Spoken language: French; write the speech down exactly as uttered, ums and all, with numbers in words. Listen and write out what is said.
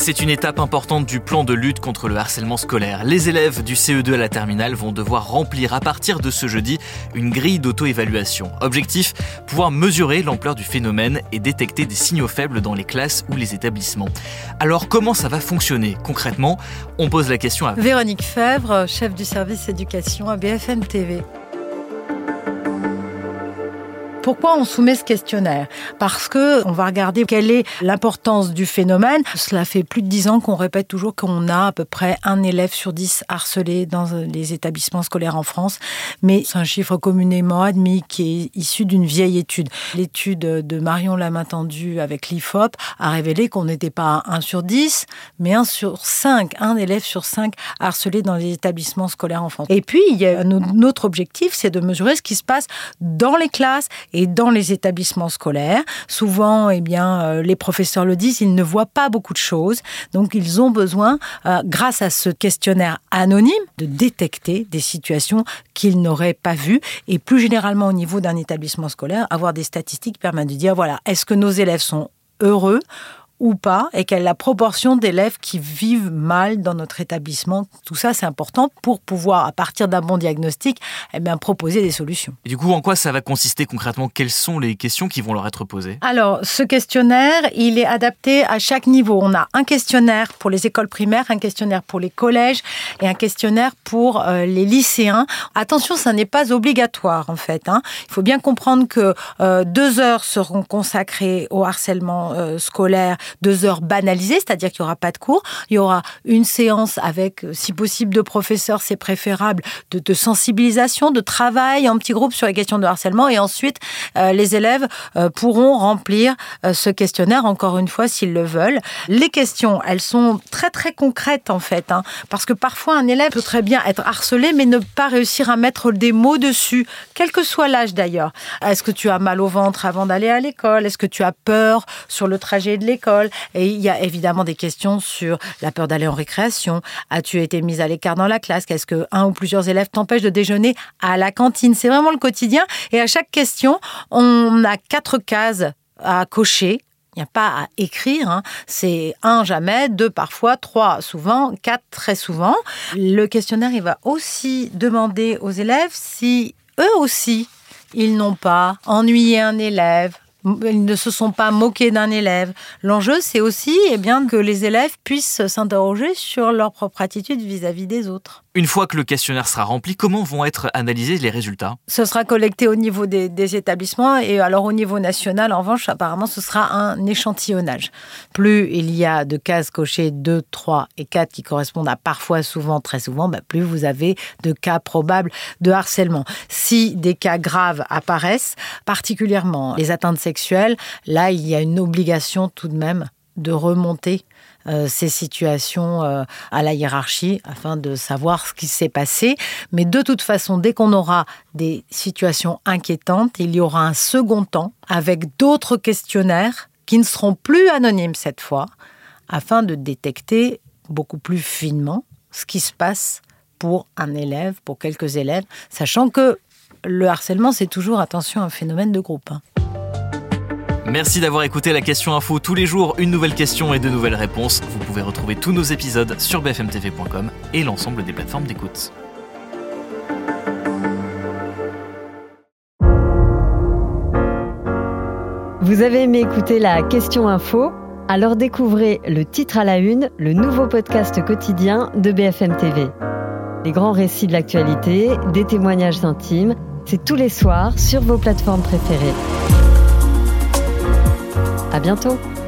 C'est une étape importante du plan de lutte contre le harcèlement scolaire. Les élèves du C E deux à la terminale vont devoir remplir à partir de ce jeudi une grille d'auto-évaluation. Objectif, pouvoir mesurer l'ampleur du phénomène et détecter des signaux faibles dans les classes ou les établissements. Alors comment ça va fonctionner concrètement ? On pose la question à Véronique Fèvre, chef du service éducation à B F M T V. Pourquoi on soumet ce questionnaire ? Parce que on va regarder quelle est l'importance du phénomène. Cela fait plus de dix ans qu'on répète toujours qu'on a à peu près un élève sur dix harcelé dans les établissements scolaires en France. Mais c'est un chiffre communément admis qui est issu d'une vieille étude. L'étude de Marion Lamattendu avec l'I F O P a révélé qu'on n'était pas à un sur dix, mais un sur cinq, un élève sur cinq harcelé dans les établissements scolaires en France. Et puis, il y a un autre objectif, c'est de mesurer ce qui se passe dans les classes et dans les établissements scolaires. Souvent, eh bien, euh, les professeurs le disent, ils ne voient pas beaucoup de choses. Donc, ils ont besoin, euh, grâce à ce questionnaire anonyme, de détecter des situations qu'ils n'auraient pas vues. Et plus généralement, au niveau d'un établissement scolaire, avoir des statistiques permet de dire, voilà, est-ce que nos élèves sont heureux ou pas, et quelle est la proportion d'élèves qui vivent mal dans notre établissement. Tout ça, c'est important pour pouvoir, à partir d'un bon diagnostic, eh bien, proposer des solutions. Et du coup, en quoi ça va consister concrètement ? Quelles sont les questions qui vont leur être posées ? Alors, ce questionnaire, il est adapté à chaque niveau. On a un questionnaire pour les écoles primaires, un questionnaire pour les collèges et un questionnaire pour euh, les lycéens. Attention, ça n'est pas obligatoire, en fait. Hein. Il faut bien comprendre que euh, deux heures seront consacrées au harcèlement euh, scolaire, deux heures banalisées, c'est-à-dire qu'il n'y aura pas de cours. Il y aura une séance avec, si possible, deux professeurs, c'est préférable, de, de sensibilisation, de travail en petits groupes sur les questions de harcèlement. Et ensuite, euh, les élèves euh, pourront remplir euh, ce questionnaire, encore une fois, s'ils le veulent. Les questions, elles sont très, très concrètes, en fait. Hein, parce que parfois, un élève peut très bien être harcelé, mais ne pas réussir à mettre des mots dessus, quel que soit l'âge d'ailleurs. Est-ce que tu as mal au ventre avant d'aller à l'école ? Est-ce que tu as peur sur le trajet de l'école ? Et il y a évidemment des questions sur la peur d'aller en récréation. As-tu été mise à l'écart dans la classe ? Est-ce que un ou plusieurs élèves t'empêchent de déjeuner à la cantine ? C'est vraiment le quotidien. Et à chaque question, on a quatre cases à cocher. Il n'y a pas à écrire. Hein. C'est un, jamais, deux, parfois, trois, souvent, quatre, très souvent. Le questionnaire, il va aussi demander aux élèves si eux aussi, ils n'ont pas ennuyé un élève, ils ne se sont pas moqués d'un élève. L'enjeu, c'est aussi eh bien, que les élèves puissent s'interroger sur leur propre attitude vis-à-vis des autres. Une fois que le questionnaire sera rempli, comment vont être analysés les résultats ? Ce sera collecté au niveau des, des établissements et alors au niveau national, en revanche, apparemment, ce sera un échantillonnage. Plus il y a de cases cochées deux, trois et quatre qui correspondent à parfois, souvent, très souvent, bah, plus vous avez de cas probables de harcèlement. Si des cas graves apparaissent, particulièrement les atteintes sexuelles, là, il y a une obligation tout de même de remonter Euh, ces situations euh, à la hiérarchie afin de savoir ce qui s'est passé. Mais de toute façon, dès qu'on aura des situations inquiétantes, il y aura un second temps avec d'autres questionnaires qui ne seront plus anonymes cette fois, afin de détecter beaucoup plus finement ce qui se passe pour un élève, pour quelques élèves, sachant que le harcèlement, c'est toujours, attention, un phénomène de groupe. Hein. Merci d'avoir écouté la Question Info. Tous les jours, une nouvelle question et de nouvelles réponses. Vous pouvez retrouver tous nos épisodes sur b f m t v point com et l'ensemble des plateformes d'écoute. Vous avez aimé écouter la Question Info ? Alors découvrez Le Titre à la Une, le nouveau podcast quotidien de B F M T V. Les grands récits de l'actualité, des témoignages intimes, c'est tous les soirs sur vos plateformes préférées. À bientôt.